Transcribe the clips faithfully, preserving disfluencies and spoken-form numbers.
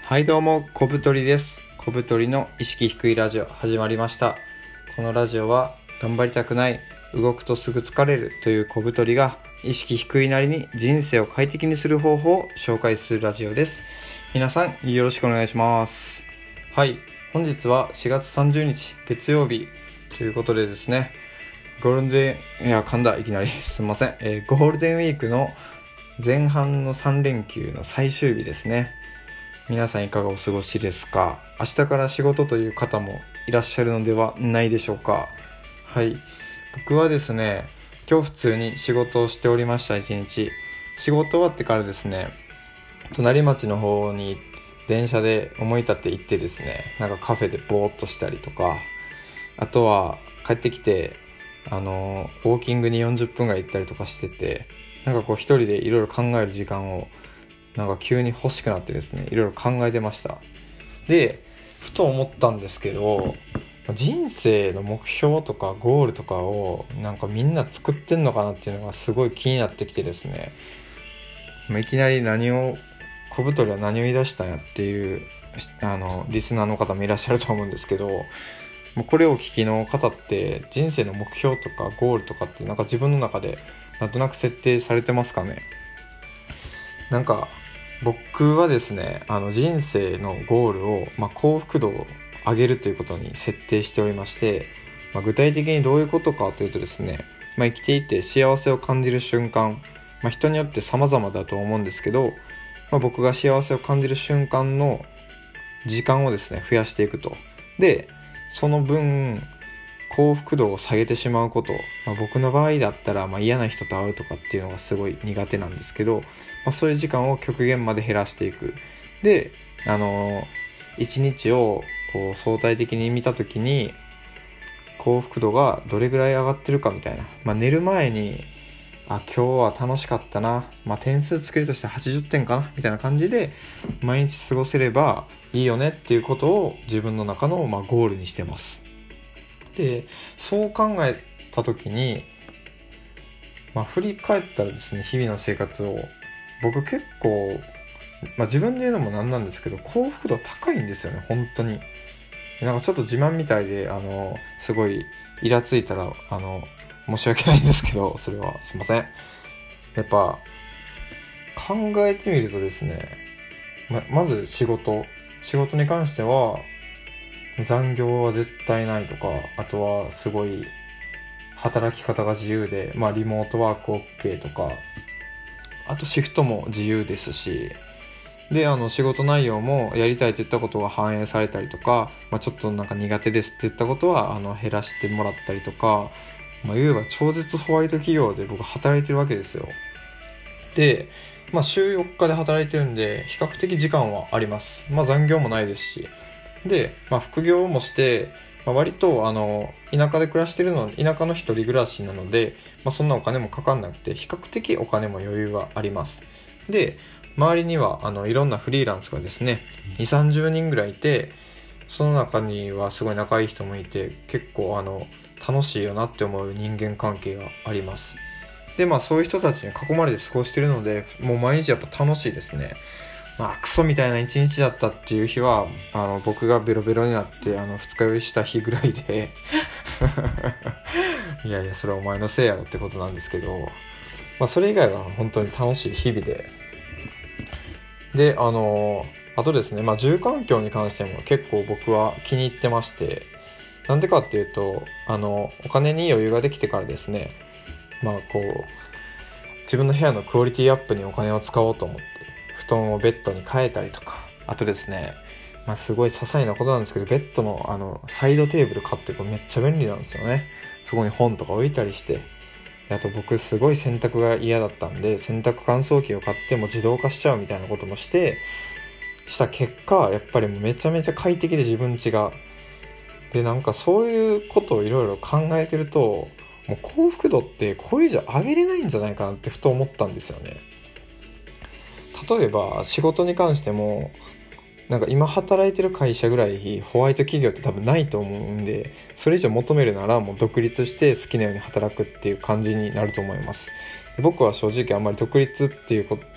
はいどうも、小太りです。小太りの意識低いラジオ始まりました。このラジオは頑張りたくない、動くとすぐ疲れるという小太りが意識低いなりに人生を快適にする方法を紹介するラジオです。皆さんよろしくお願いします。はい、本日はしがつさんじゅうにち月曜日ということでですね、ゴールデン、いや噛んだいきなりすいません、えー、ゴールデンウィークの前半のさん連休の最終日ですね。皆さんいかがお過ごしですか？明日から仕事という方もいらっしゃるのではないでしょうか？はい、僕はですね、今日普通に仕事をしておりました。一日仕事終わってからですね、隣町の方に電車で思い立って行ってですね、なんかカフェでぼーっとしたりとか、あとは帰ってきてあのウォーキングによんじゅっぷんぐらい行ったりとかしてて、なんかこう一人でいろいろ考える時間をなんか急に欲しくなってですね、いろいろ考えてました。で、ふと思ったんですけど、人生の目標とかゴールとかをなんかみんな作ってんのかなっていうのがすごい気になってきてですね、いきなり何を小太りは何を言い出したんやっていうあのリスナーの方もいらっしゃると思うんですけど、これを聞きの方って人生の目標とかゴールとかってなんか自分の中でなんとなく設定されてますかね？なんか僕はですね、あの人生のゴールを、まあ、幸福度を上げるということに設定しておりまして、まあ、具体的にどういうことかというとですね、まあ、生きていて幸せを感じる瞬間、まあ、人によって様々だと思うんですけど、まあ、僕が幸せを感じる瞬間の時間をですね増やしていくと。で、その分幸福度を下げてしまうこと、まあ、僕の場合だったら、まあ、嫌な人と会うとかっていうのがすごい苦手なんですけど、まあ、そういう時間を極限まで減らしていく。で、あのー、一日をこう相対的に見たときに幸福度がどれぐらい上がってるかみたいな、まあ、寝る前にあ今日は楽しかったな、まあ、点数つけるとしてはちじゅってんかなみたいな感じで毎日過ごせればいいよねっていうことを自分の中のまあゴールにしてます。で、そう考えたときに、まあ、振り返ったらですね、日々の生活を僕結構、まあ、自分で言うのもなんなんですけど幸福度高いんですよね、本当に。なんかちょっと自慢みたいで、あのすごいイラついたらあの申し訳ないんですけど、それはすいません。やっぱ考えてみるとですね、ま, まず仕事仕事に関しては残業は絶対ないとか、あとはすごい働き方が自由で、まあリモートワーク OK とか、あとシフトも自由ですし、で、あの仕事内容もやりたいと言ったことが反映されたりとか、まあ、ちょっとなんか苦手ですって言ったことはあの減らしてもらったりとか、まあ、いわば超絶ホワイト企業で僕働いてるわけですよ。で、まあ週よっかで働いてるんで比較的時間はあります。まあ残業もないですし、で、まあ、副業もして、まあ、割とあの田舎で暮らしてるの、田舎の一人暮らしなので、まあ、そんなお金もかかんなくて比較的お金も余裕があります。で、周りにはあのいろんなフリーランスがですねにじゅう、さんじゅうにんぐらいいて、その中にはすごい仲いい人もいて、結構あの楽しいよなって思う人間関係があります。で、まあそういう人たちに囲まれて過ごしてるので、もう毎日やっぱ楽しいですね。まあクソみたいな一日だったっていう日はあの僕がベロベロになってあの二日酔いした日ぐらいでいやいやそれはお前のせいやろってことなんですけど、まあそれ以外は本当に楽しい日々で、であのあとですね、まあ住環境に関しても結構僕は気に入ってまして、なんでかっていうと、あのお金に余裕ができてからですね、まあこう自分の部屋のクオリティアップにお金を使おうと思って布団をベッドに変えたりとか、あとですね、まあ、すごい些細なことなんですけど、ベッドのあのサイドテーブル買ってこれめっちゃ便利なんですよね。そこに本とか置いたりして、あと僕すごい洗濯が嫌だったんで洗濯乾燥機を買っても自動化しちゃうみたいなこともしてした結果、やっぱりもうめちゃめちゃ快適で自分家がで、なんかそういうことをいろいろ考えてると、もう幸福度ってこれ以上上げれないんじゃないかなってふと思ったんですよね。例えば仕事に関しても、なんか今働いてる会社ぐらいホワイト企業って多分ないと思うんで、それ以上求めるならもう独立して好きなように働くっていう感じになると思います。僕は正直あんまり独立っていう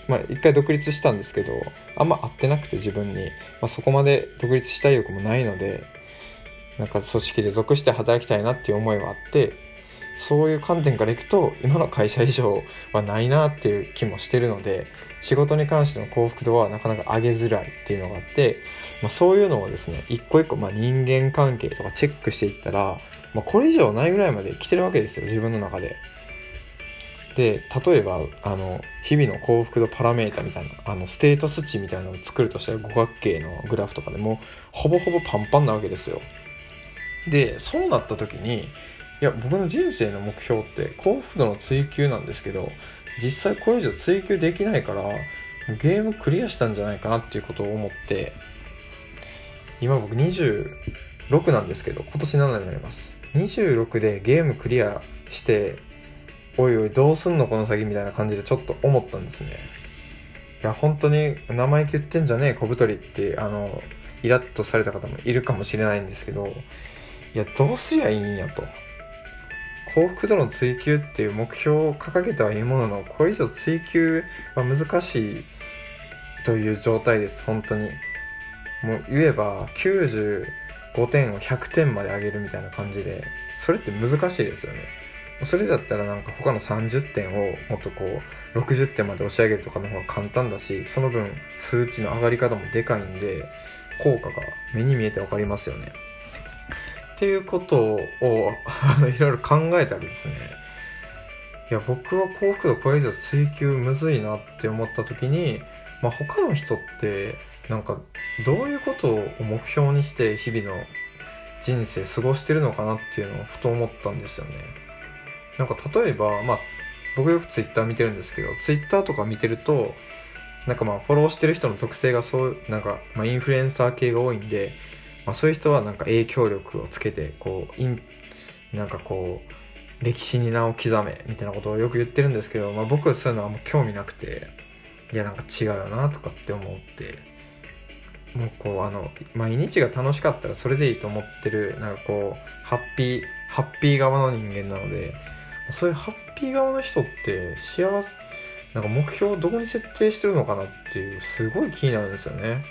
まあ一回独立したんですけど、あんま合ってなくて自分に、まあ、そこまで独立したい欲もないので、なんか組織で属して働きたいなっていう思いはあって、そういう観点からいくと今の会社以上はないなっていう気もしてるので、仕事に関しての幸福度はなかなか上げづらいっていうのがあって、まあ、そういうのをですね一個一個、まあ、人間関係とかチェックしていったら、まあ、これ以上ないぐらいまで来てるわけですよ、自分の中で。で、例えばあの日々の幸福度パラメータみたいな、あのステータス値みたいなのを作るとしたら五角形のグラフとかでもほぼほぼパンパンなわけですよ。で、そうなった時に、いや僕の人生の目標って幸福度の追求なんですけど、実際これ以上追求できないからゲームクリアしたんじゃないかなっていうことを思って、今僕にじゅうろくなんですけど、今年ななになります。にじゅうろくでゲームクリアして、おいおいどうすんのこの先みたいな感じでちょっと思ったんですね。いや本当に生意気言ってんじゃねえ小太りって、あのイラッとされた方もいるかもしれないんですけど、いやどうすりゃいいんやと。幸福度の追求っていう目標を掲げてはいいものの、これ以上追求は難しいという状態です。本当にもう言えばきゅうじゅうごてんをひゃくてんまで上げるみたいな感じで、それって難しいですよね。それだったらなんか他のさんじゅってんをもっとこうろくじゅってんまで押し上げるとかの方が簡単だし、その分数値の上がり方もでかいんで効果が目に見えて分かりますよね。っていうことをいろいろ考えたりですね、いや僕は幸福度これ以上追求むずいなって思った時に、まあ、他の人ってなんかどういうことを目標にして日々の人生過ごしてるのかなっていうのをふと思ったんですよね。なんか例えば、まあ、僕よくツイッター見てるんですけど、ツイッターとか見てるとなんかまあフォローしてる人の特性がそうなんか、まあ、インフルエンサー系が多いんで、まあ、そういう人はなんか影響力をつけてこうインなんかこう歴史に名を刻めみたいなことをよく言ってるんですけど、まあ、僕はそういうのはあんま興味なくて、いやなんか違うよなとかって思って、もうこうあの毎日が楽しかったらそれでいいと思ってる、なんかこうハッピーハッピー側の人間なので、そういうハッピー側の人って幸せなんか目標をどこに設定してるのかなっていうすごい気になるんですよね。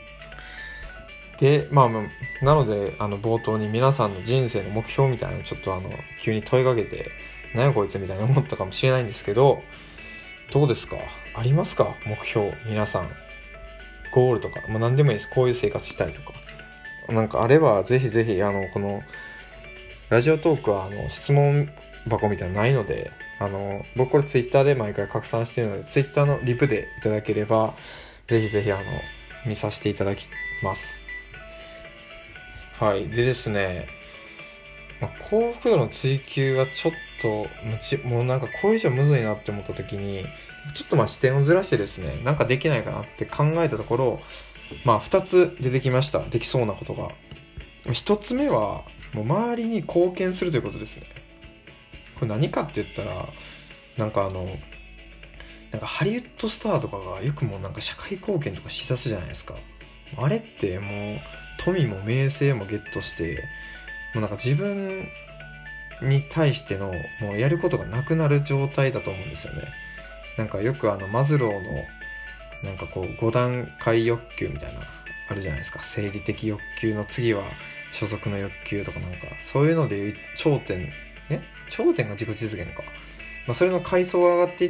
で、まあ、まあ、なのであの冒頭に皆さんの人生の目標みたいなのをちょっとあの急に問いかけて、何やこいつみたいに思ったかもしれないんですけど、どうですか？ありますか？目標、皆さんゴールとか、まあ、何でもいいです。こういう生活したいとかなんかあればぜひぜひあのこのラジオトークはあの質問箱みたいなのないので、あの僕これツイッターで毎回拡散しているので、ツイッターのリプでいただければぜひぜひあの見させていただきます。はい。でですね、まあ、幸福度の追求はちょっともうなんかこれ以上むずいなって思った時に、ちょっとまあ視点をずらしてですね、なんかできないかなって考えたところ、まあふたつ出てきました。できそうなことが。ひとつめはもう周りに貢献するということですね。これ何かって言ったら、なんかあのなんかハリウッドスターとかがよくもなんか社会貢献とかしだすじゃないですか。あれってもう富も名声もゲットして、もうなんか自分に対してのもうやることがなくなる状態だと思うんですよね。なんかよくあのマズローのなんかこうご段階欲求みたいなあるじゃないですか。生理的欲求の次は所属の欲求とか、なんかそういうのでいう頂点ね、頂点が自己実現か、まあ、それの階層が上がっていって、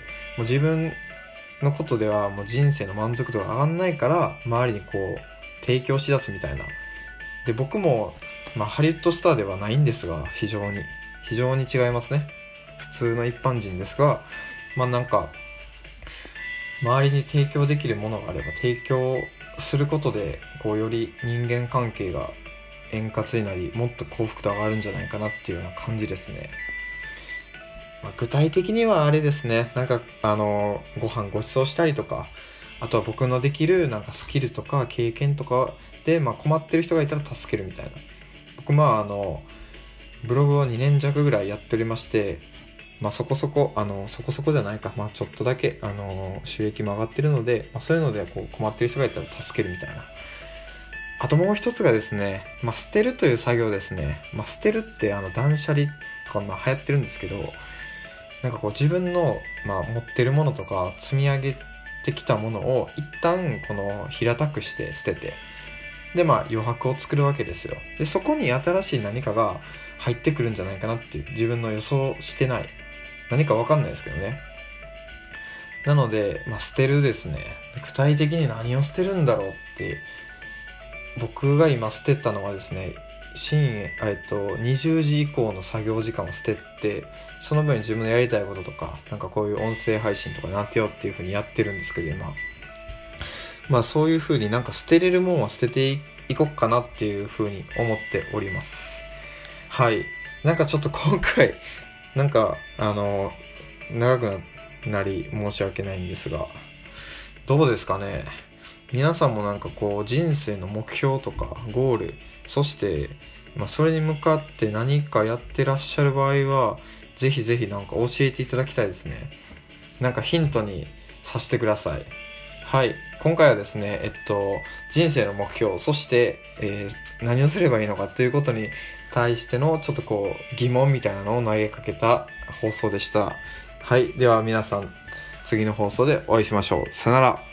もう自分のことではもう人生の満足度が上がんないから周りにこう提供しだすみたいな。で僕も、まあ、ハリウッドスターではないんですが、非常に非常に違いますね。普通の一般人ですが、まあなんか周りに提供できるものがあれば提供することで、こうより人間関係が円滑になり、もっと幸福度上がるんじゃないかなっていうような感じですね。まあ、具体的にはあれですね、なんかあのご飯ご馳走したりとか、あとは僕のできるなんかスキルとか経験とかで、まあ、困ってる人がいたら助けるみたいな。僕まああのブログをにねん弱ぐらいやっておりまして、まあ、そこそこあのそこそこじゃないか、まあ、ちょっとだけあの収益も上がってるので、まあ、そういうのでこう困ってる人がいたら助けるみたいな。あともう一つがですね、まあ、捨てるという作業ですね。まあ、捨てるってあの断捨離とかまあ流行ってるんですけど、なんかこう自分の、まあ、持ってるものとか積み上げってきたものを一旦この平たくして捨てて、でまあ余白を作るわけですよ。でそこに新しい何かが入ってくるんじゃないかなっていう、自分の予想してない何か分かんないですけどね。なので、まあ、捨てるですね。具体的に何を捨てるんだろうって、僕が今捨てたのはですね、深夜、えっと、にじゅうじ以降の作業時間を捨てて、その分自分のやりたいこととか、なんかこういう音声配信とかになってよっていう風にやってるんですけど、今まあそういう風になんか捨てれるもんは捨てていこうかなっていう風に思っております。はい。なんかちょっと今回なんかあの長くなり申し訳ないんですが、どうですかね。皆さんもなんかこう人生の目標とかゴール、そして、まあ、それに向かって何かやってらっしゃる場合はぜひぜひなんか教えていただきたいですね。なんかヒントにさせてください。はい、今回はですね、えっと人生の目標、そして、えー、何をすればいいのかということに対してのちょっとこう疑問みたいなのを投げかけた放送でした。はい、では皆さん次の放送でお会いしましょう。さよなら。